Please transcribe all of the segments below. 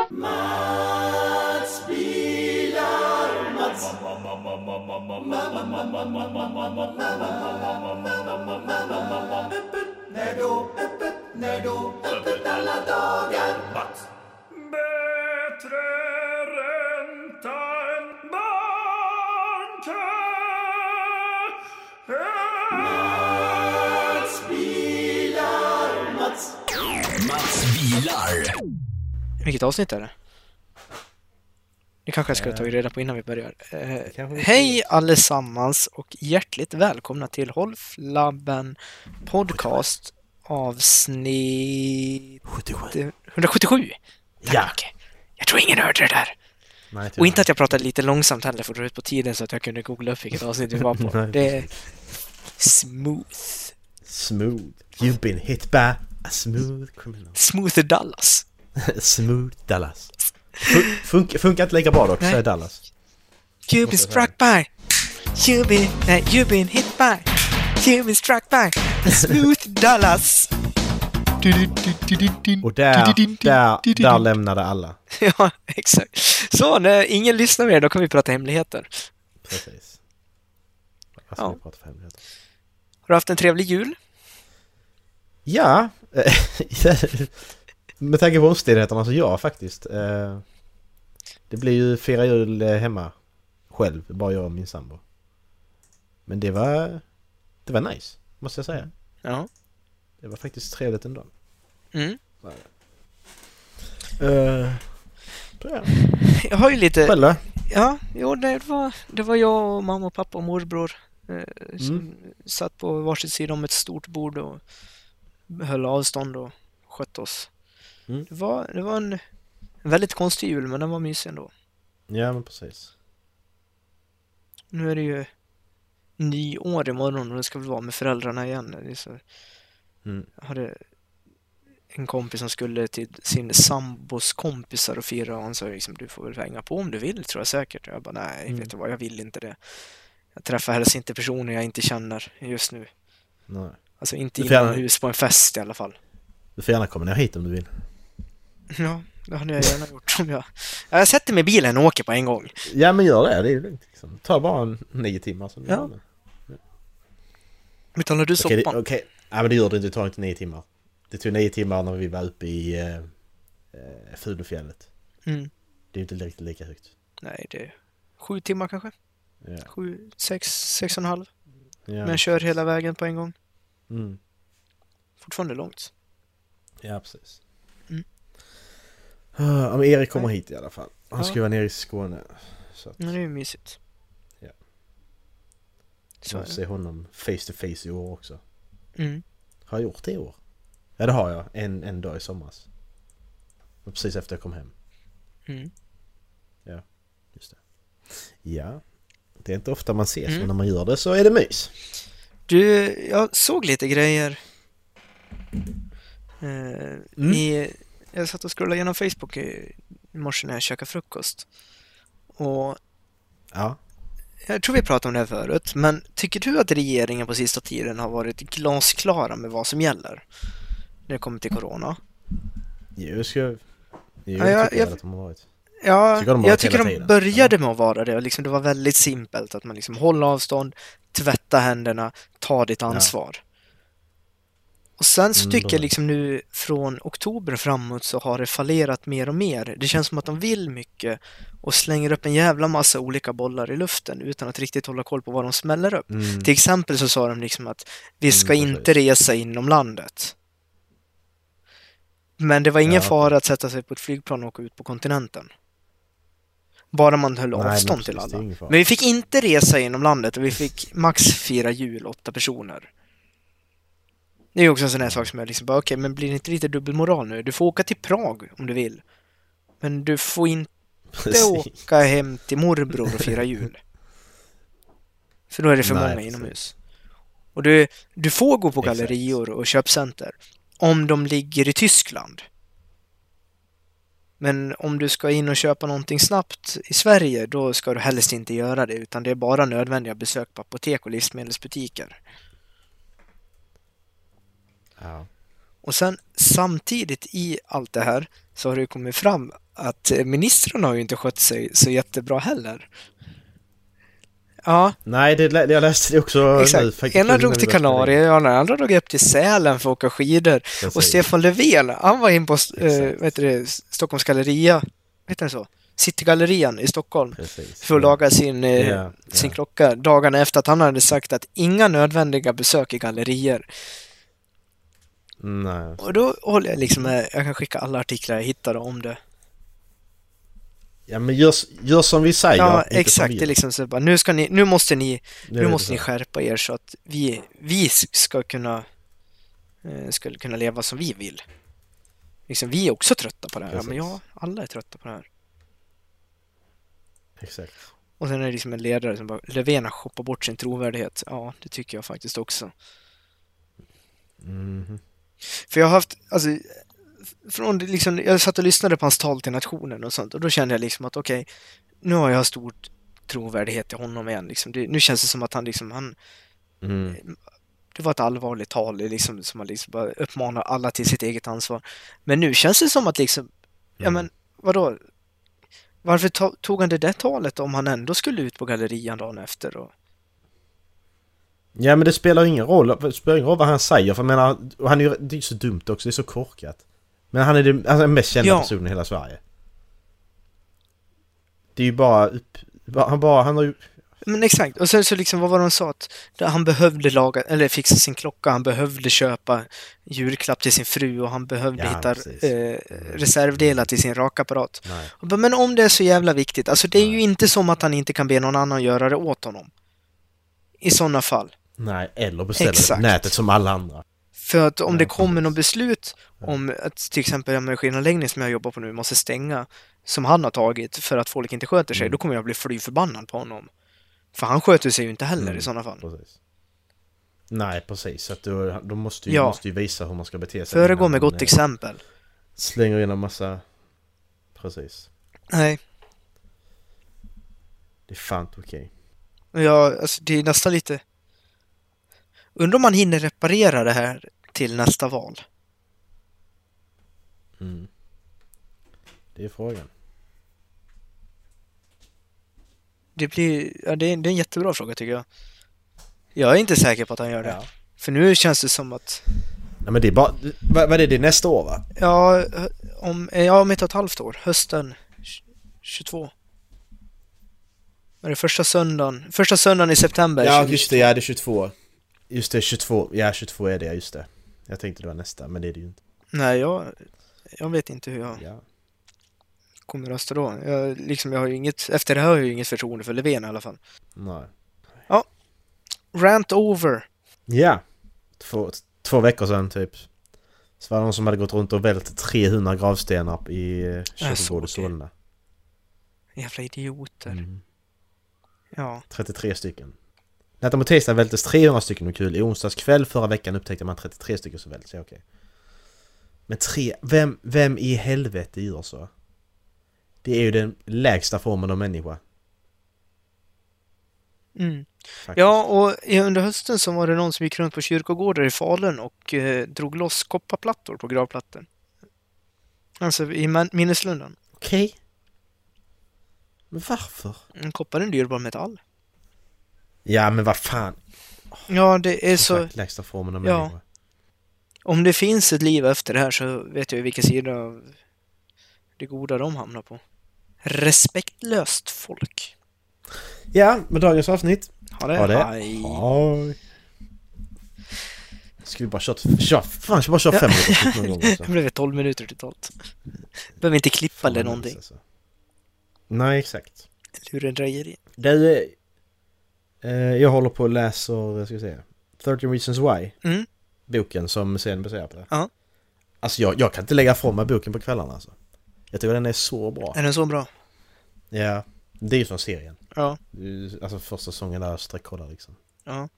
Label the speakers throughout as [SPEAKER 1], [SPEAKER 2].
[SPEAKER 1] Mats bilar, Mats. När då, öppet alla dagar, Mats.
[SPEAKER 2] Bättre ränta än banken.
[SPEAKER 1] Mats bilar, Mats.
[SPEAKER 3] Mats bilar.
[SPEAKER 4] Vilket avsnitt är det? Det kanske jag skulle ta reda på innan vi börjar. Hej allesammans och hjärtligt välkomna till Holflabben podcast avsnitt 177.
[SPEAKER 5] Ja.
[SPEAKER 4] Okej. Jag tror ingen hörde det där.
[SPEAKER 5] Nej,
[SPEAKER 4] Och inte att jag pratade lite långsamt heller för att dra ut på tiden så att jag kunde googla upp vilket avsnitt vi var på.
[SPEAKER 5] Nej.
[SPEAKER 4] Det är smooth.
[SPEAKER 5] Smooth. You've been hit by a smooth criminal.
[SPEAKER 4] Smooth Dallas.
[SPEAKER 5] Smooth Dallas. Funkar inte lika bra dock,
[SPEAKER 4] Nej.
[SPEAKER 5] säger Dallas.
[SPEAKER 4] You've been struck by. You've been hit by. You've been struck by a smooth Dallas.
[SPEAKER 5] Och där lämnade alla.
[SPEAKER 4] Ja, exakt. Så när ingen lyssnar mer, då kan vi prata hemligheter.
[SPEAKER 5] Precis. Vad ska
[SPEAKER 4] Ja.
[SPEAKER 5] vi prata för hemligheter?
[SPEAKER 4] Har du haft en trevlig jul?
[SPEAKER 5] Ja. Med tanke på omständigheterna så ja, faktiskt. Det blir ju 4 jul hemma själv, bara jag och min sambo. Men det var nice, måste jag säga.
[SPEAKER 4] Ja.
[SPEAKER 5] Det var faktiskt trevligt ändå.
[SPEAKER 4] Mm.
[SPEAKER 5] Ja.
[SPEAKER 4] Jag har ju lite...
[SPEAKER 5] Själv då?
[SPEAKER 4] Ja, jo, det var jag och mamma, pappa och morbror som satt på varsitt sida om ett stort bord och höll avstånd och skötte oss.
[SPEAKER 5] Mm.
[SPEAKER 4] Det var en väldigt konstig jul, men den var mysig ändå.
[SPEAKER 5] Ja, men precis.
[SPEAKER 4] Nu är det ju nyår imorgon och det ska väl vara med föräldrarna igen. Det är så... Jag hade en kompis som skulle till sin sambos kompisar och fira och han sa liksom, du får väl hänga på om du vill, tror jag säkert. Jag bara, nej, vet du vad, jag vill inte det. Jag träffar helst inte personer jag inte känner just nu.
[SPEAKER 5] Nej.
[SPEAKER 4] Alltså inte
[SPEAKER 5] Du får gärna-
[SPEAKER 4] inomhus på en fest i alla fall.
[SPEAKER 5] Du får gärna komma ner hit om du vill.
[SPEAKER 4] Ja, det hade jag gärna gjort om jag sätter mig i bilen och åker på en gång.
[SPEAKER 5] Ja, men gör det är ju lugnt liksom. Ta bara 9 timmar som du
[SPEAKER 4] Ja.
[SPEAKER 5] har med.
[SPEAKER 4] Betalar du soppan?
[SPEAKER 5] Okej. Ja, men det gör det inte, det tar inte 9 timmar. Det tog 9 timmar när vi var uppe i Fulufjället.
[SPEAKER 4] Mm.
[SPEAKER 5] Det är inte riktigt lika högt.
[SPEAKER 4] Nej, det är 7 timmar kanske.
[SPEAKER 5] Ja.
[SPEAKER 4] 7, 6,5.
[SPEAKER 5] Ja.
[SPEAKER 4] Men kör hela vägen på en gång.
[SPEAKER 5] Mm.
[SPEAKER 4] Fortfarande långt.
[SPEAKER 5] Ja, precis.
[SPEAKER 4] Mm.
[SPEAKER 5] Ja, men Erik kommer hit i alla fall. Han
[SPEAKER 4] Ja.
[SPEAKER 5] ska vara nere i Skåne. Så att
[SPEAKER 4] Men det är ju mysigt.
[SPEAKER 5] Ja.
[SPEAKER 4] Så
[SPEAKER 5] jag får se honom face to face i år också.
[SPEAKER 4] Mm.
[SPEAKER 5] Har jag gjort det i år? Ja, det har jag. En dag i somras. Precis efter jag kom hem.
[SPEAKER 4] Mm.
[SPEAKER 5] Ja, just det. Ja, det är inte ofta man ses,
[SPEAKER 4] Mm.
[SPEAKER 5] men när man gör det så är det mys.
[SPEAKER 4] Du, jag såg lite grejer. Jag satt och scrollade igenom Facebook i morse när jag käkade frukost. Och
[SPEAKER 5] Ja.
[SPEAKER 4] jag tror vi pratade om det här förut, men tycker du att regeringen på sista tiden har varit glasklara med vad som gäller när det kommer till corona?
[SPEAKER 5] Jag
[SPEAKER 4] jag-
[SPEAKER 5] tycker att de har varit.
[SPEAKER 4] Ja,
[SPEAKER 5] Tycker de har
[SPEAKER 4] jag
[SPEAKER 5] varit
[SPEAKER 4] tycker
[SPEAKER 5] hela
[SPEAKER 4] de
[SPEAKER 5] tiden.
[SPEAKER 4] började med att vara det. Liksom, det var väldigt simpelt att man liksom håller avstånd, tvätta händerna, ta ditt ansvar. Och sen så tycker jag liksom nu från oktober framåt så har det fallerat mer och mer. Det känns som att de vill mycket och slänger upp en jävla massa olika bollar i luften utan att riktigt hålla koll på vad de smäller upp. Till exempel så sa de liksom att vi ska inte resa inom landet. Men det var ingen fara att sätta sig på ett flygplan och åka ut på kontinenten. Bara man höll
[SPEAKER 5] Nej, men
[SPEAKER 4] avstånd
[SPEAKER 5] precis,
[SPEAKER 4] till
[SPEAKER 5] det är
[SPEAKER 4] alla.
[SPEAKER 5] ingen fara.
[SPEAKER 4] Men vi fick inte resa inom landet och vi fick max fira jul 8 personer. Det är ju också en sån här sak som jag liksom bara, okej, men blir det inte lite dubbelmoral nu? Du får åka till Prag om du vill. Men du får inte åka hem till morbror och fira jul. För då är det för
[SPEAKER 5] Nej,
[SPEAKER 4] många
[SPEAKER 5] precis.
[SPEAKER 4] inomhus. Och du får gå på
[SPEAKER 5] Exakt.
[SPEAKER 4] gallerior och köpcenter om de ligger i Tyskland. Men om du ska in och köpa någonting snabbt i Sverige, då ska du helst inte göra det, utan det är bara nödvändiga besök på apotek och livsmedelsbutiker.
[SPEAKER 5] Ja.
[SPEAKER 4] Och sen samtidigt i allt det här så har det kommit fram att ministrarna har ju inte skött sig så jättebra heller. Ja,
[SPEAKER 5] Nej, jag läste det också
[SPEAKER 4] exakt.
[SPEAKER 5] nu. Faktiskt,
[SPEAKER 4] Ena drog till Kanarien, den andra drog upp till Sälen för att åka skidor.
[SPEAKER 5] Precis.
[SPEAKER 4] Och Stefan Löfven, han var in på Stockholms galleria, vet du så? Citygallerian i Stockholm.
[SPEAKER 5] Precis.
[SPEAKER 4] För att laga sin
[SPEAKER 5] Ja.
[SPEAKER 4] klocka dagarna efter att han hade sagt att inga nödvändiga besök i gallerier.
[SPEAKER 5] Nej.
[SPEAKER 4] Och då håller jag liksom med, jag kan skicka alla artiklar jag hittar om det.
[SPEAKER 5] Ja, men gör som vi säger.
[SPEAKER 4] Ja,
[SPEAKER 5] inte
[SPEAKER 4] exakt.
[SPEAKER 5] som vi
[SPEAKER 4] Det är
[SPEAKER 5] gör.
[SPEAKER 4] liksom så bara, nu måste ni
[SPEAKER 5] så.
[SPEAKER 4] skärpa er så att vi ska kunna leva som vi vill. Liksom, vi är också trötta på det här. Ja,
[SPEAKER 5] Precis.
[SPEAKER 4] men ja, alla är trötta på det här.
[SPEAKER 5] Exakt.
[SPEAKER 4] Och sen är det liksom en ledare som bara, Löfven har shoppat bort sin trovärdighet. Ja, det tycker jag faktiskt också.
[SPEAKER 5] Mhm.
[SPEAKER 4] För jag har haft, alltså, från det liksom, jag satt och lyssnade på hans tal till nationen och sånt, och då kände jag liksom att okej, nu har jag stor trovärdighet till honom igen. Liksom. Nu känns det som att han det var ett allvarligt tal liksom, som man liksom bara uppmanar alla till sitt eget ansvar. Men nu känns det som att liksom, ja men vadå? Varför tog han det där talet om han ändå skulle ut på gallerian dagen efter?
[SPEAKER 5] Ja, men det spelar ingen roll vad han säger. För jag menar, och det är ju så dumt också, det är så korkat. Men han är den mest kända personen i hela Sverige. Det är ju han har ju...
[SPEAKER 4] Men exakt, och sen så liksom, vad var det de sa? Att han behövde laga, eller fixa sin klocka, han behövde köpa julklapp till sin fru och han behövde hitta reservdelar till sin rakapparat. Men om det är så jävla viktigt, alltså det är ju inte som att han inte kan be någon annan göra det åt honom. I sådana fall.
[SPEAKER 5] Nej, eller beställa det på nätet som alla andra.
[SPEAKER 4] För att om det kommer något beslut om att till exempel en maskinanläggning som jag jobbar på nu måste stänga, som han har tagit för att folk inte sköter sig, då kommer jag bli fly förbannad på honom. För han sköter sig ju inte heller i sådana fall.
[SPEAKER 5] Precis. Nej, precis. Så att då måste ju visa hur man ska bete sig.
[SPEAKER 4] Föregå med gott exempel.
[SPEAKER 5] Slänger in en massa... Precis.
[SPEAKER 4] Nej.
[SPEAKER 5] Det är fan okej.
[SPEAKER 4] Ja, alltså det är nästan lite... Undrar om man hinner reparera det här till nästa val.
[SPEAKER 5] Det är frågan.
[SPEAKER 4] Det är en jättebra fråga tycker jag. Jag är inte säker på att han gör det.
[SPEAKER 5] Ja.
[SPEAKER 4] För nu känns det som att...
[SPEAKER 5] Nej, men det är bara... Vad är det nästa år, va?
[SPEAKER 4] Ja, om 1,5 år. Hösten 22. Var det första söndagen i september?
[SPEAKER 5] Ja, just det. Ja, det är 22. Just det, 22. Ja, 22 är det, just det. Jag tänkte det var nästa, men det är det ju inte.
[SPEAKER 4] Nej, jag vet inte hur jag kommer rösta då. Jag har ju inget... Efter det här har jag ju inget förtroende för Löfven i alla fall.
[SPEAKER 5] Nej.
[SPEAKER 4] Ja. Rant over.
[SPEAKER 5] Ja. 2 veckor sedan typ. Så var det någon som hade gått runt och vält 300 gravstenar i kyrkogård i Solna.
[SPEAKER 4] Jävla idioter. Ja.
[SPEAKER 5] 33 stycken. Natt och tisdag vältes 300 stycken och kul. I onsdags kväll förra veckan upptäckte man 33 stycken som välts. Ja, okej. Men vem i helvete gör så? Det är ju den lägsta formen av människa.
[SPEAKER 4] Ja, och under hösten så var det någon som gick runt på kyrkogårdar i Falun och drog loss kopparplattor på gravplattan. Alltså i minneslunden.
[SPEAKER 5] Okej. Men varför?
[SPEAKER 4] Koppar är en dyrbar metall.
[SPEAKER 5] Ja, men vad fan.
[SPEAKER 4] Ja, det är så...
[SPEAKER 5] Lägsta formen av människa.
[SPEAKER 4] Om det finns ett liv efter det här så vet jag vilken sida av det goda de hamnar på. Respektlöst folk.
[SPEAKER 5] Ja, med dagens avsnitt.
[SPEAKER 4] Ha det. Hej.
[SPEAKER 5] Ska vi bara köra 5 minuter någon gång också.
[SPEAKER 4] Det blev 12 minuter totalt. Behöver inte klippa eller någonting.
[SPEAKER 5] Alltså. Nej, exakt.
[SPEAKER 4] Lurendrejeri.
[SPEAKER 5] Jag håller på och läser, ska jag säga, 13 Reasons Why. Boken som serien baserar på det.
[SPEAKER 4] Ja.
[SPEAKER 5] Alltså jag kan inte lägga från mig boken på kvällarna alltså. Jag tycker den är så bra.
[SPEAKER 4] Är den så bra?
[SPEAKER 5] Ja, det är ju som serien.
[SPEAKER 4] Ja.
[SPEAKER 5] Alltså första säsongen där sträckkoddar liksom.
[SPEAKER 4] Ja.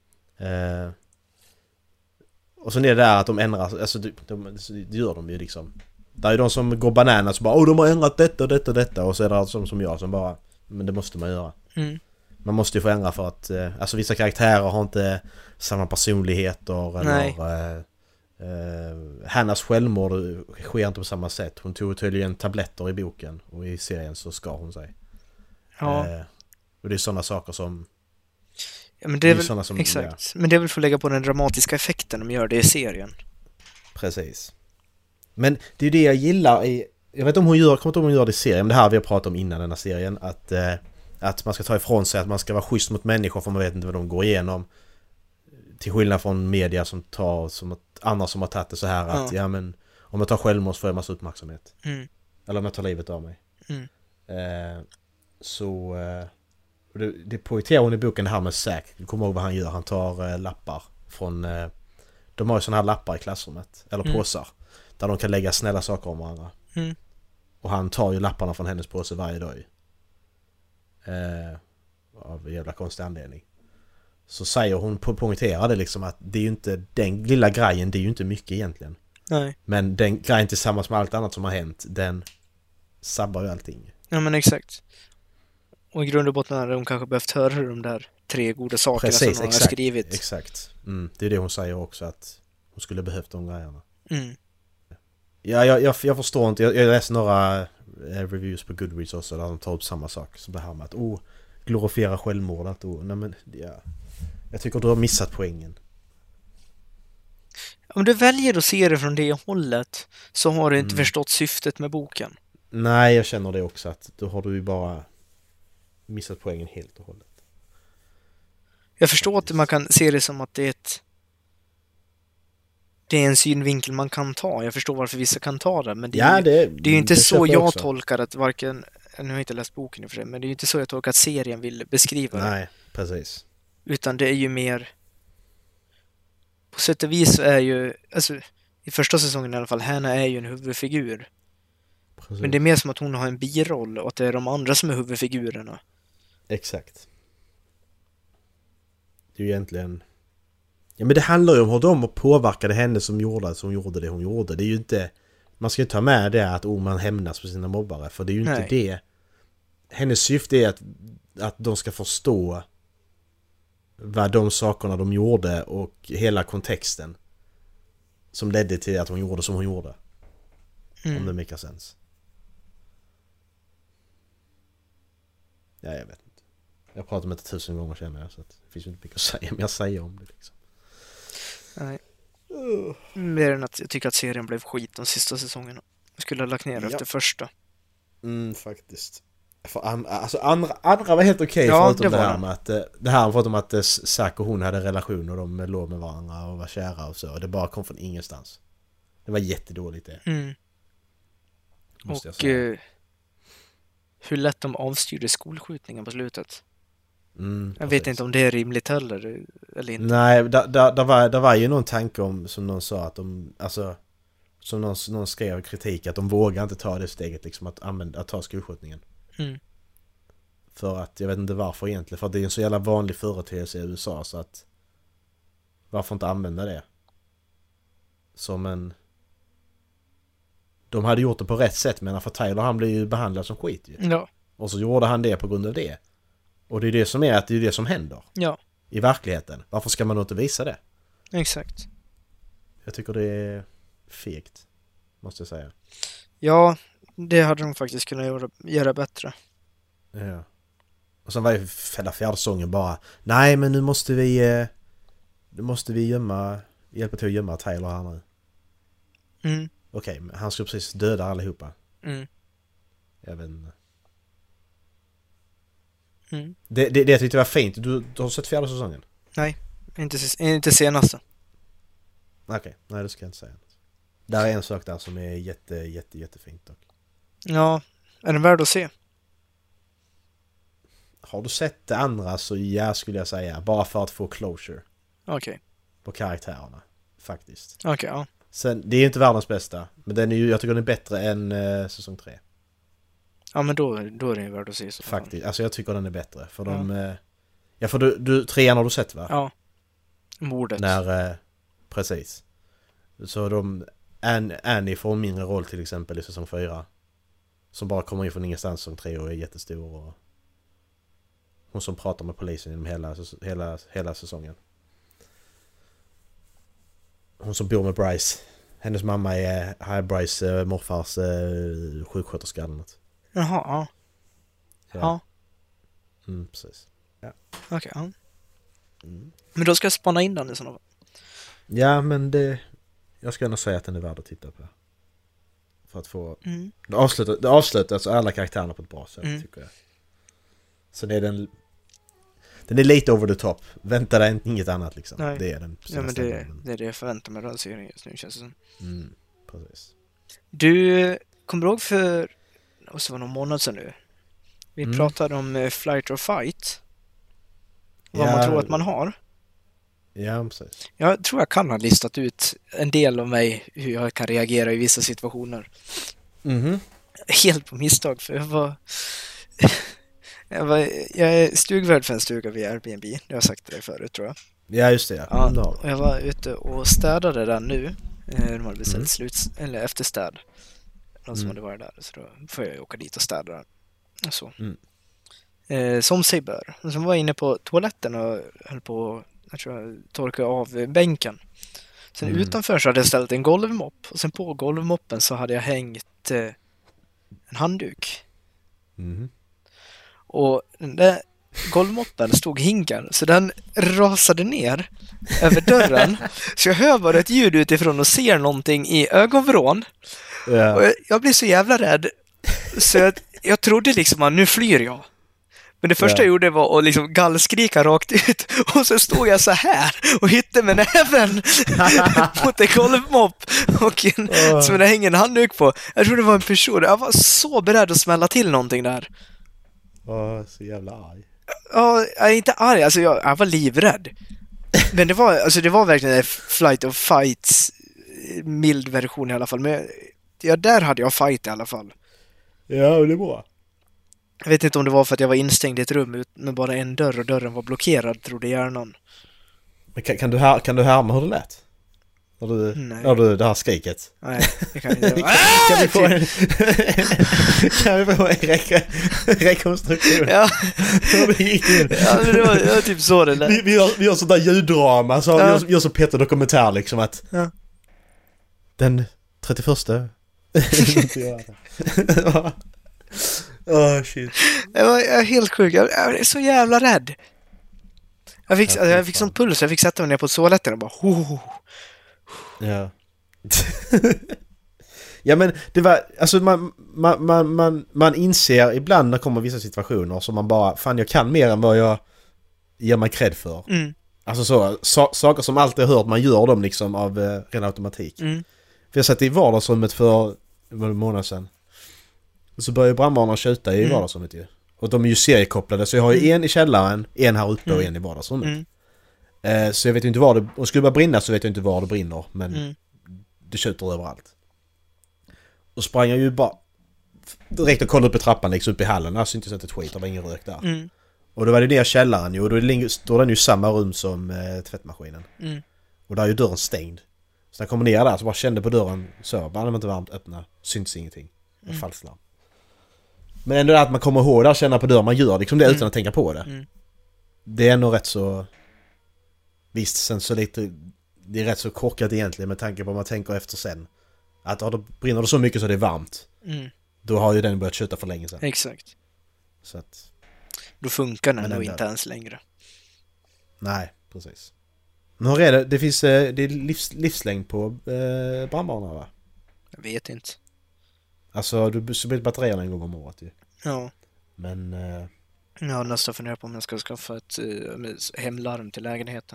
[SPEAKER 5] Och sen är det där att de ändrar, alltså det gör de ju liksom. Det är de som går bananas och bara de har ändrat detta och detta och detta. Och så är det som jag som bara, men det måste man göra. Man måste ju få ändra för att alltså vissa karaktärer har inte samma personligheter eller Hannas självmord sker inte på samma sätt. Hon tog tydligen tabletter i boken och i serien så skar hon sig.
[SPEAKER 4] Ja.
[SPEAKER 5] Och det är sådana saker som...
[SPEAKER 4] Ja, men det är väl,
[SPEAKER 5] sådana som,
[SPEAKER 4] exakt. Men det är väl för att lägga på den dramatiska effekten de gör det i serien.
[SPEAKER 5] Precis. Men det är det jag gillar i... Jag vet inte om hon gör, kommer inte om hon gör det i serien, men det här vi har pratat om innan den här serien. Att man ska ta ifrån sig, att man ska vara schysst mot människor för man vet inte vad de går igenom. Till skillnad från media som tar, som att andra som har tagit det så här att ja men om jag tar självmord så får jag massa uppmärksamhet. Eller om jag tar livet av mig. Det poängterar hon i boken det här med Zack. Du kommer ihåg vad han gör. Han tar lappar från... de har ju såna här lappar i klassrummet. Eller påsar. Där de kan lägga snälla saker om varandra. Och han tar ju lapparna från hennes påse varje dag. Av en jävla konstig anledning. Så säger hon, poängterar det liksom att det är ju inte... Den lilla grejen, det är ju inte mycket egentligen.
[SPEAKER 4] Nej.
[SPEAKER 5] Men den grejen tillsammans med allt annat som har hänt, den sabbar ju allting.
[SPEAKER 4] Ja, men exakt. Och i grund och botten hade de kanske behövt höra de där 3 goda sakerna som hon har skrivit.
[SPEAKER 5] Exakt. Det är det hon säger också, att hon skulle behövt de grejerna. Ja, jag förstår inte. Jag läste några reviews på Goodreads också där de tar upp samma sak som det här med att glorifiera självmordet. Nej, men, ja. Jag tycker du har missat poängen.
[SPEAKER 4] Om du väljer att se det från det hållet så har du inte förstått syftet med boken.
[SPEAKER 5] Nej, jag känner det också, att då har du ju bara missat poängen helt och hållet.
[SPEAKER 4] Jag förstår att man kan se det som att det är en synvinkel man kan ta. Jag förstår varför vissa kan ta det, men det är ju inte så jag tolkar att varken... Nu har jag inte läst boken i och för sig, men det är ju inte så jag tolkar att serien vill beskriva det.
[SPEAKER 5] Nej, precis.
[SPEAKER 4] Utan det är ju mer... På sätt och vis är ju... Alltså, i första säsongen i alla fall, Hannah är ju en huvudfigur. Precis. Men det är mer som att hon har en biroll och att det är de andra som är huvudfigurerna.
[SPEAKER 5] Exakt. Det är ju egentligen... Ja, men det handlar ju om hur de påverkade henne som gjorde det hon gjorde. Det är ju inte... Man ska ju ta med det att man hämnas på sina mobbare. För det är ju inte det. Hennes syfte är att de ska förstå vad de sakerna de gjorde och hela kontexten som ledde till att hon gjorde som hon gjorde. Om det makes sense. Ja, jag vet inte. Jag pratar med det 1000 gånger känner jag, så att det finns ju inte mycket att säga, men jag säger om det liksom.
[SPEAKER 4] Nej. Mer än att jag tycker att serien blev skit de sista säsongerna. Jag skulle ha lagt ner efter första.
[SPEAKER 5] Faktiskt. För andra var helt okej, förutom det här med att det här förutom att Zack och hon hade relation och de låg med varandra och var kära och så. Det bara kom från ingenstans. Det var jättedåligt det. Måste jag säga.
[SPEAKER 4] Hur lätt de avstyrde skolskjutningen på slutet. Jag vet inte om det är rimligt heller eller inte.
[SPEAKER 5] Nej, där var ju någon tanke om, som någon sa att de, alltså som någon skrev kritik att de vågar inte ta det steget liksom att ta skolskjutningen. För att jag vet inte varför egentligen, för att det är en så jävla vanlig företeelse i USA, så att varför inte använda det som en... De hade gjort det på rätt sätt, men för Tyler, han blev ju behandlad som skit ju.
[SPEAKER 4] Ja.
[SPEAKER 5] Och så gjorde han det på grund av det. Och det är det som är att det är det som händer.
[SPEAKER 4] Ja.
[SPEAKER 5] I verkligheten. Varför ska man då inte visa det?
[SPEAKER 4] Exakt.
[SPEAKER 5] Jag tycker det är fegt, måste jag säga.
[SPEAKER 4] Ja, det hade de faktiskt kunnat göra bättre.
[SPEAKER 5] Ja. Och sen var ju fjärde säsongen bara, nej men nu måste vi hjälpa till att gömma Tyler här nu. Okej, men han ska precis döda allihopa. Jag vet inte. Det jag tyckte var fint. Du har sett fjärde säsongen?
[SPEAKER 4] Nej, inte senaste.
[SPEAKER 5] Okej, nej det ska jag inte säga. Där är en sak där som är jättefint dock.
[SPEAKER 4] Ja, är den värd att se?
[SPEAKER 5] Har du sett det andra så ja, skulle jag säga. Bara för att få closure.
[SPEAKER 4] Okej.
[SPEAKER 5] På karaktärerna, faktiskt.
[SPEAKER 4] Okej, ja.
[SPEAKER 5] Sen, det är inte världens bästa. Men den är ju, jag tycker den är bättre än säsong 3.
[SPEAKER 4] Ja, men då är det ju värd att se. Så
[SPEAKER 5] faktiskt, alltså jag tycker den är bättre. För för du 3 har du sett va?
[SPEAKER 4] Ja. Mordet.
[SPEAKER 5] Precis. Så Annie får en mindre roll till exempel i säsong 4. Som bara kommer in från ingenstans som 3 och är jättestor. Och hon som pratar med polisen genom hela säsongen. hon som bor med Bryce. Hennes mamma är Bryce morfars sjuksköterska eller något.
[SPEAKER 4] Jaha, ja.
[SPEAKER 5] Precis.
[SPEAKER 4] Okej, ja. Men då ska jag spana in den i sådana fall.
[SPEAKER 5] Ja, men jag ska ändå säga att den är värd att titta på. För att få... Det avslutar alltså alla karaktärerna på ett bra sätt, tycker jag. Så det är den är lite over the top. Vänta dig inget annat liksom.
[SPEAKER 4] Nej.
[SPEAKER 5] Det är den.
[SPEAKER 4] Ja, men det är det jag förväntar mig av den serien just nu, känns det som.
[SPEAKER 5] Precis.
[SPEAKER 4] Du, kommer du ihåg för... Och så var det någon månad sedan nu. Vi pratade om Flight or Fight. Vad man tror att man har.
[SPEAKER 5] Ja, precis.
[SPEAKER 4] Jag tror jag kan ha listat ut en del av mig, hur jag kan reagera i vissa situationer. Helt på misstag, för jag är stugvärd för en stuga vid Airbnb. Det har jag sagt det förut, tror jag.
[SPEAKER 5] Ja, just det.
[SPEAKER 4] Ja, och jag var ute och städade den nu. De hade beställt eller efterstäd. Någon som hade varit där. Så då får jag åka dit och städa den. Och så. Som sig bör. Och så var jag inne på toaletten och höll på att torka av bänken. Sen utanför så hade jag ställt en golvmopp. Och sen på golvmoppen så hade jag hängt en handduk. Och den där golvmoppen stod hinken, så den rasade ner över dörren. Så jag hör bara ett ljud utifrån och ser någonting i ögonvrån. Och jag blir så jävla rädd. Så jag trodde liksom att nu flyr jag. Men det första jag gjorde var att liksom gallskrika rakt ut. Och så stod jag så här och hittade med näven mot en golvmopp som det hänger en handduk på. Jag trodde det var en person. Jag var så beredd att smälla till någonting där.
[SPEAKER 5] Så jävla arg.
[SPEAKER 4] Ja, jag är inte arg. Alltså jag var livrädd. Men det var verkligen en Flight of Fights mild version i alla fall. Men där hade jag fight i alla fall.
[SPEAKER 5] Ja, det är bra.
[SPEAKER 4] Jag vet inte om det var för att jag var instängd i ett rum med bara en dörr och dörren var blockerad, trodde hjärnan.
[SPEAKER 5] Men kan du härma hur det lät? När du det här skriket?
[SPEAKER 4] Nej, det kan inte.
[SPEAKER 5] Kan vi få en rekonstruktion?
[SPEAKER 4] Ja.
[SPEAKER 5] Det gick in.
[SPEAKER 4] Ja, men det var typ så det lät.
[SPEAKER 5] Vi gör sånt där ljuddrama, så vi gör så Peter dokumentär liksom att den 31. Shit.
[SPEAKER 4] Jag är helt sjuk. Jag är så jävla rädd. Jag fick sån puls. Jag fick sätta mig ner på toaletten och bara
[SPEAKER 5] Ja. Ja, men det var alltså man inser ibland när det kommer vissa situationer som man bara, fan, jag kan mer än vad jag ger mig cred för. Alltså saker som alltid har hört, man gör dem liksom av ren automatik. För jag satt i vardagsrummet för en månad sedan. Och så börjar brandvarnarna skjuta i vardagsrummet ju. Och de är ju seriekopplade, så jag har ju en i källaren, en här uppe och en i vardagsrummet. Så jag vet ju inte var det... Och skulle det bara brinna så vet jag inte var det brinner. Men det skjuter överallt. Och sprang jag ju bara direkt och kollade upp i trappan, liksom upp i hallen. Jag syntes inte ett skit, det var ingen rök där. Och då var det ner i källaren ju. Och då står den ju i samma rum som tvättmaskinen. Och där är ju dörren stängd. Så när jag kommer ner där så bara kände på dörren, så bara den var inte varmt, öppna, syntes ingenting. Falsklarm. Men ändå att man kommer ihåg det, känna på dörren, man gör liksom det utan att tänka på det. Det är ändå rätt så... Visst, sen så lite... Det är rätt så korkat egentligen med tanke på vad man tänker efter sen. Att då brinner det så mycket så det är varmt. Då har ju den börjat skjuta för länge sedan.
[SPEAKER 4] Exakt.
[SPEAKER 5] Så att...
[SPEAKER 4] Då funkar den nog inte ens längre. Nej,
[SPEAKER 5] precis. Men hur är det? Det är livslängd på brandvarnarna, va?
[SPEAKER 4] Jag vet inte.
[SPEAKER 5] Alltså, du byter batterierna en gång om året ju.
[SPEAKER 4] Ja.
[SPEAKER 5] Men...
[SPEAKER 4] Jag har nästan funderat på om jag ska skaffa ett hemlarm till lägenheten.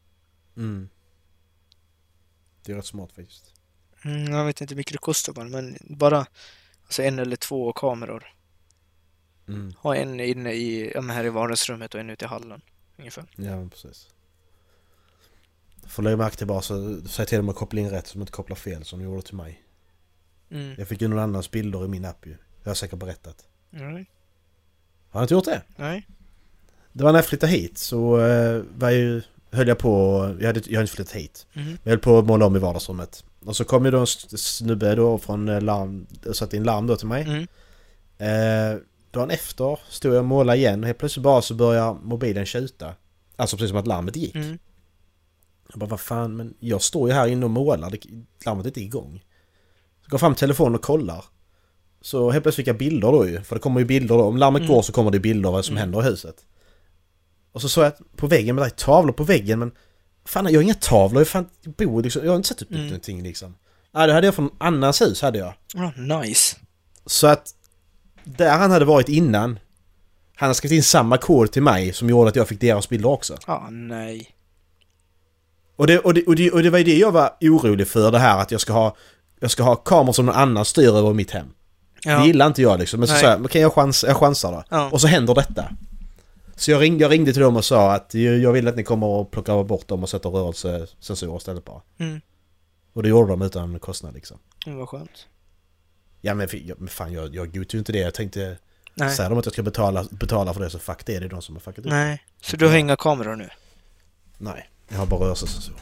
[SPEAKER 5] Det är rätt smart faktiskt.
[SPEAKER 4] Jag vet inte hur mycket det kostar bara, men bara alltså 1 eller 2 kameror. Ha en inne här i vardagsrummet och en ute i hallen ungefär.
[SPEAKER 5] Ja, precis. Får lägga märke till bara så säg till dem att koppla in rätt så de inte kopplar fel som de gjorde till mig. Jag fick ju någon annans bilder i min app ju. Jag har säkert berättat.
[SPEAKER 4] Nej.
[SPEAKER 5] Har jag inte gjort det?
[SPEAKER 4] Nej.
[SPEAKER 5] Det var när jag flyttade hit så höll jag på... Jag har inte flyttat hit. Jag höll på att måla om i vardagsrummet. Och så kom ju då en snubbe då från larm... Satt in larm då till mig. Dagen efter stod jag och målade igen. Och helt plötsligt bara så börjar mobilen skjuta. Alltså precis som att larmet gick. Jag bara, vad fan, men jag står ju här inne och målar, larmet är inte igång. Så går fram telefonen och kollar. Så helt plötsligt fick jag bilder då ju, för det kommer ju bilder då. Om larmet går så kommer det bilder av vad som händer i huset. Och så såg jag på väggen, men det är tavlor på väggen, men fan, jag har inga tavlor, jag har inte sett upp någonting liksom. Ja, det hade jag från annans hus, hade jag.
[SPEAKER 4] Nice.
[SPEAKER 5] Så att där han hade varit innan, han har skrivit in samma kod till mig som gjorde att jag fick deras bilder också.
[SPEAKER 4] Nej.
[SPEAKER 5] Och det var ju det jag var orolig för, det här att jag ska ha kameror som någon annan styr över mitt hem.
[SPEAKER 4] Ja.
[SPEAKER 5] Det gillar inte jag liksom. Men så sa jag, jag chansar då.
[SPEAKER 4] Ja.
[SPEAKER 5] Och så händer detta. Så jag ringde till dem och sa att jag vill att ni kommer och plockar bort dem och sätter rörelsesensorer istället bara. Och det gjorde de utan kostnad liksom.
[SPEAKER 4] Det var skönt.
[SPEAKER 5] Ja men fan, jag godtog ju inte det. Jag tänkte, säger de att jag ska betala för det, så fuck det är de som har fuckat upp.
[SPEAKER 4] Nej, så du har inga kameror nu?
[SPEAKER 5] Nej, jag har bara rörelsesensorer.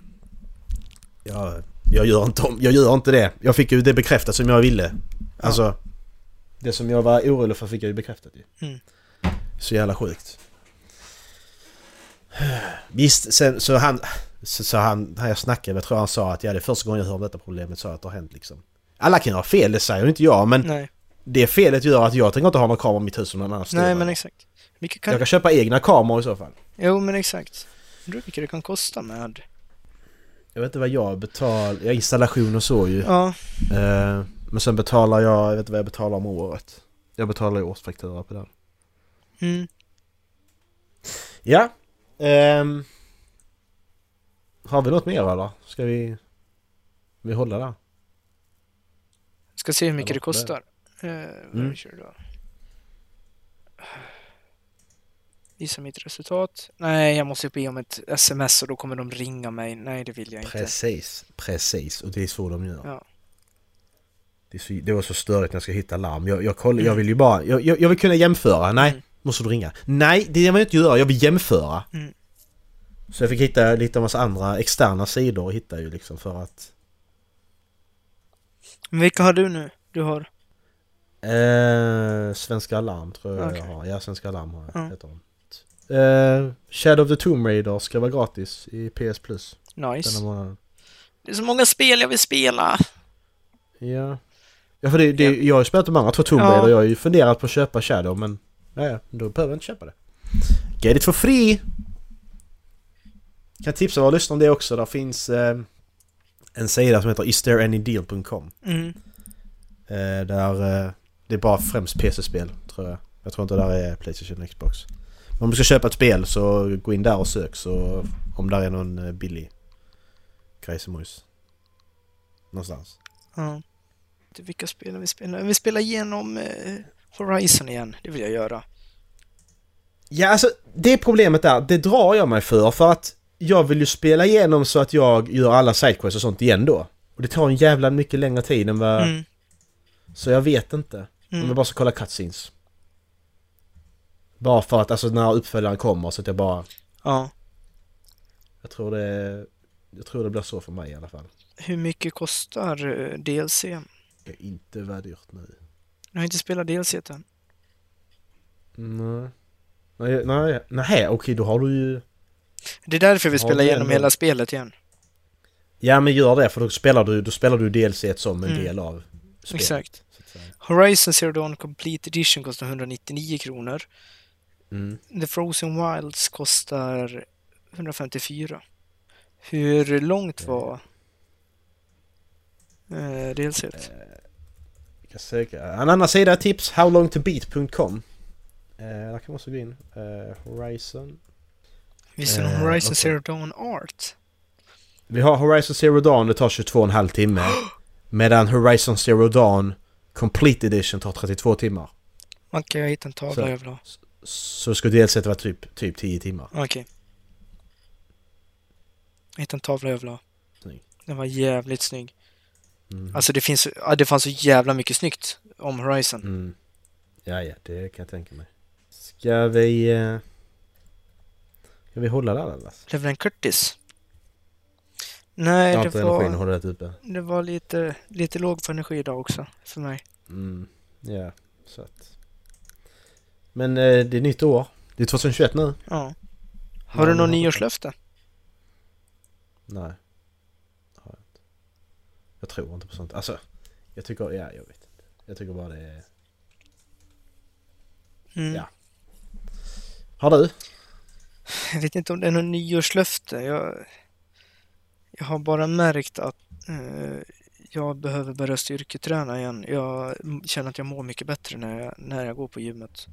[SPEAKER 5] Jag gör inte det. Jag fick ju det bekräftat som jag ville. Alltså, det som jag var orolig för fick jag ju bekräftat ju. Så jävla sjukt. Visst, sen, så han jag snackade, jag tror han sa att det är första gången jag hör om detta problemet, så att det har hänt liksom. Alla kan ha fel, det säger inte jag, men det felet gör att jag tänker inte ha någon kamera i mitt hus som någon annan styr.
[SPEAKER 4] Nej, men exakt.
[SPEAKER 5] Jag kan köpa egna kameror i så fall.
[SPEAKER 4] Jo, men exakt. Jag tror vilka det kan kosta med.
[SPEAKER 5] Jag vet inte vad jag betalar. Jag installation och så ju.
[SPEAKER 4] Ja.
[SPEAKER 5] Men sen betalar jag vet inte vad jag betalar om året. Jag betalar ju årsfaktura på den. Ja. Har vi något mer eller? Ska vi hålla där?
[SPEAKER 4] Ska se hur mycket det kostar. Vad kör du då? Visa mitt resultat. Nej, jag måste be om ett sms och då kommer de ringa mig. Nej, det vill jag inte.
[SPEAKER 5] Precis. Och det är så de gör.
[SPEAKER 4] Ja.
[SPEAKER 5] Det var så störigt när jag ska hitta larm. Jag vill ju bara... Jag vill kunna jämföra. Nej, måste du ringa. Nej, det vill jag inte göra. Jag vill jämföra. Så jag fick hitta lite av massa andra externa sidor och hitta ju liksom för att...
[SPEAKER 4] Men vilka har du nu? Du har?
[SPEAKER 5] Svenska Alarm tror jag jag har. Ja, Svenska Alarm har jag. Heter de. Shadow of the Tomb Raider ska vara gratis i PS Plus.
[SPEAKER 4] Nice. Det är så många spel jag vill spela.
[SPEAKER 5] Ja, för jag har ju spelat de andra två Tomb Raider och jag har ju funderat på att köpa Shadow, men då behöver jag inte köpa det. Get it for free! Kan tipsa våra lyssnare om det också. Där finns en sida som heter istthereanydeal.com där det är bara främst PC-spel, tror jag. Jag tror inte där är PlayStation och Xbox. Men om du ska köpa ett spel så gå in där och sök, så om där är någon billig grejsemojs någonstans.
[SPEAKER 4] Ja. Vilka spel vi spelar? Vi spelar igenom Horizon igen. Det vill jag göra.
[SPEAKER 5] Ja, alltså det problemet där, det drar jag mig för att jag vill ju spela igenom så att jag gör alla sidequests och sånt igen då. Och det tar en jävla mycket längre tid än vad... Så jag vet inte. Om jag bara ska kolla cutscenes. Bara för att alltså när uppföljaren kommer så att jag bara...
[SPEAKER 4] Ja.
[SPEAKER 5] Jag tror det blir så för mig i alla fall.
[SPEAKER 4] Hur mycket kostar DLC?
[SPEAKER 5] Det är inte värdigt nu.
[SPEAKER 4] Jag har inte spelat DLC än.
[SPEAKER 5] Nej, okej, då har du ju...
[SPEAKER 4] Det är därför vi spelar igenom hela spelet igen.
[SPEAKER 5] Ja, men gör det, för då spelar du DLC som en del av spelet.
[SPEAKER 4] Exakt. Horizon Zero Dawn Complete Edition kostar 199 kronor. The Frozen Wilds kostar 154. Hur långt var DLC?
[SPEAKER 5] Jag söka. En annan sida tips, howlongtobeat.com. Där kan man också gå in. Horizon.
[SPEAKER 4] Visst är det Horizon Zero Dawn Art?
[SPEAKER 5] Vi har Horizon Zero Dawn, det tar 22,5 timme. Medan Horizon Zero Dawn Complete Edition tar 32 timmar.
[SPEAKER 4] Man kan hitta en tavla jag vill ha.
[SPEAKER 5] Så skulle DLC vara typ 10 timmar.
[SPEAKER 4] Okej. Jag hittade en tavla jag vill ha.
[SPEAKER 5] Snygg.
[SPEAKER 4] Den var jävligt snygg. Alltså det fanns så jävla mycket snyggt om Horizon.
[SPEAKER 5] Ja, det kan jag tänka mig. Ska vi hålla där eller?
[SPEAKER 4] Blev det en Curtis? Nej, det var lite låg för energi idag också för mig.
[SPEAKER 5] Ja, så att. Men det är nytt år. Det är 2021 nu.
[SPEAKER 4] Ja. Har du någon nyårslöfte?
[SPEAKER 5] Nej. Jag tror inte på sånt. Alltså, jag tycker... Ja, jag vet inte. Jag tycker bara det är... Ja. Har du?
[SPEAKER 4] Jag vet inte om det är någon nyårslöfte. Jag har bara märkt att jag behöver börja styrketräna igen. Jag känner att jag mår mycket bättre när jag går på gymmet.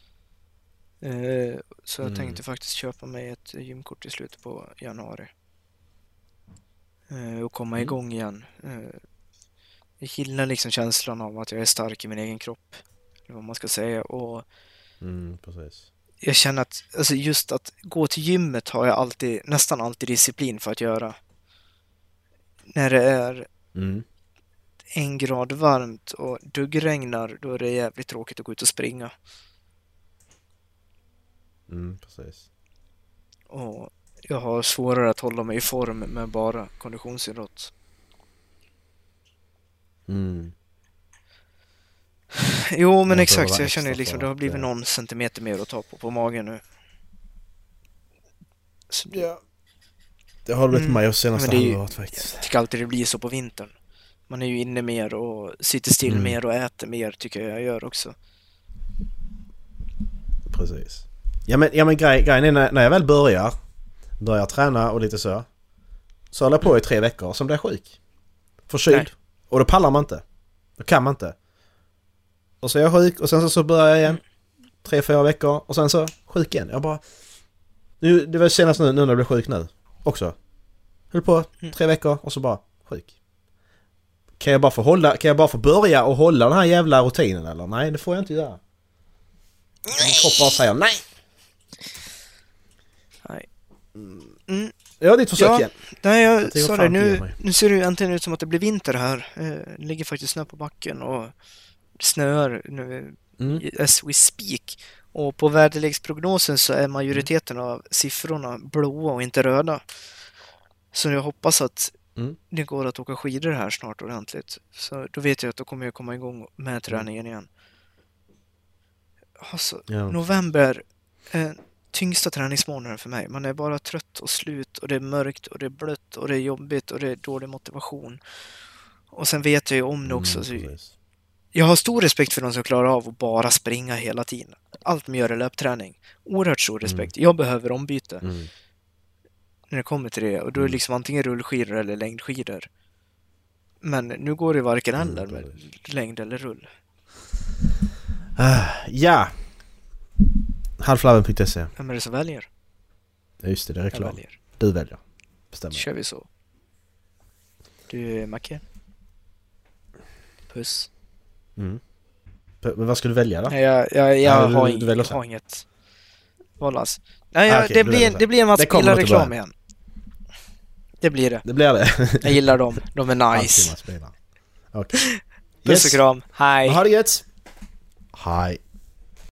[SPEAKER 4] Så jag tänkte faktiskt köpa mig ett gymkort i slutet på januari. Och komma igång igen. Jag gillar liksom känslan av att jag är stark i min egen kropp. Eller vad man ska säga. Och
[SPEAKER 5] Precis.
[SPEAKER 4] jag känner att alltså just att gå till gymmet har jag nästan alltid disciplin för att göra. När det är 1 grad varmt och duggregnar, då är det jävligt tråkigt att gå ut och springa.
[SPEAKER 5] Precis.
[SPEAKER 4] Och jag har svårare att hålla mig i form med bara konditionsidrott. Jo, men exakt. Så jag känner liksom det har blivit någon centimeter mer att ta på magen nu. Så,
[SPEAKER 5] ja. Det har blivit mig och senaste halvåret faktiskt.
[SPEAKER 4] Jag tycker alltid det blir så på vintern. Man är ju inne mer och sitter still mer och äter mer, tycker jag gör också.
[SPEAKER 5] Precis. Ja men grejen är när jag väl börjar träna och lite så håller jag på i 3 veckor som blir sjuk. Förkyld. Nej. Och då pallar man inte. Då kan man inte. Och så är jag sjuk och sen så börjar jag igen. 3-4 veckor och sen så sjuk igen. Jag bara... Det var senast nu när jag blev sjuk nu. Också. Höll på 3 veckor och så bara sjuk. Kan jag bara få börja och hålla den här jävla rutinen eller? Nej, det får jag inte göra. Min kropp bara säger nej. Ja, ditt försök igen.
[SPEAKER 4] Nej, jag sa det. Nu ser det ju äntligen ut som att det blir vinter här. Det ligger faktiskt snö på backen och snöar nu as we speak. Och på väderleksprognosen så är majoriteten av siffrorna blåa och inte röda. Så jag hoppas att det går att åka skidor här snart ordentligt. Så då vet jag att då kommer jag komma igång med träningen igen. Alltså, november är tyngsta träningsmånaden för mig. Man är bara trött och slut och det är mörkt och det är blött och det är jobbigt och det är dålig motivation. Och sen vet jag ju om det också. Så jag har stor respekt för de som klarar av att bara springa hela tiden. Allt med gör är löpträning. Oerhört stor respekt. Jag behöver ombyte. När det kommer till det. Och då är det liksom antingen rullskidor eller längdskidor. Men nu går det varken eller med längd eller rull.
[SPEAKER 5] Ja. Halflaven.se.
[SPEAKER 4] Vem är det som väljer?
[SPEAKER 5] Ja, just det är reklam. Du väljer. Bestämmer.
[SPEAKER 4] Kör vi så. Du, Macke. Puss.
[SPEAKER 5] Men vad ska du välja då?
[SPEAKER 4] Nej, jag har inget valas. Nej, det blir en Matsbilar-reklam igen. Det blir det.
[SPEAKER 5] Det blir det.
[SPEAKER 4] Jag gillar dem. De är nice.
[SPEAKER 5] Okay.
[SPEAKER 4] Puss och kram. Hej.
[SPEAKER 5] Ha det gött. Hej.